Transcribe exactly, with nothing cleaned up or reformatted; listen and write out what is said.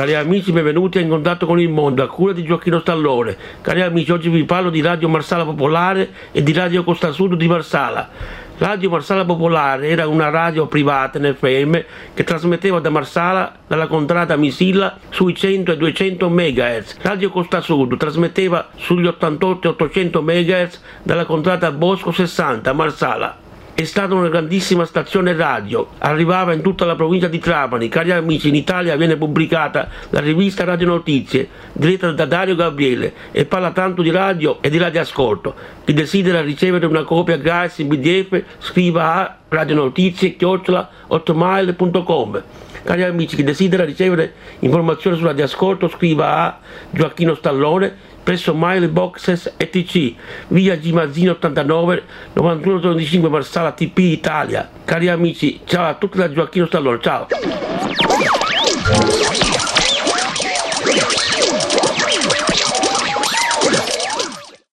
Cari amici, benvenuti a In Contatto con il Mondo, a cura di Gioacchino Stallone. Cari amici, oggi vi parlo di Radio Marsala Popolare e di Radio Costa Sud di Marsala. Radio Marsala Popolare era una radio privata in F M che trasmetteva da Marsala, dalla contrada Misilla, sui cento e duecento megahertz. Radio Costa Sud trasmetteva sugli ottantotto e ottocento megahertz dalla contrada Bosco sessanta a Marsala. È stata una grandissima stazione radio, arrivava in tutta la provincia di Trapani. Cari amici, in Italia viene pubblicata la rivista Radio Notizie, diretta da Dario Gabriele, e parla tanto di radio e di radioascolto. Chi desidera ricevere una copia gratis in P D F scriva a radionotizie chiocciola hotmail punto com. Cari amici, chi desidera ricevere informazioni su radioascolto scriva a Gioacchino Stallone presso Mailboxes E T C, via Gimazzini ottantanove, novantuno trentacinque Marsala T P Italia. Cari amici, ciao a tutti da Gioacchino Stallone, ciao!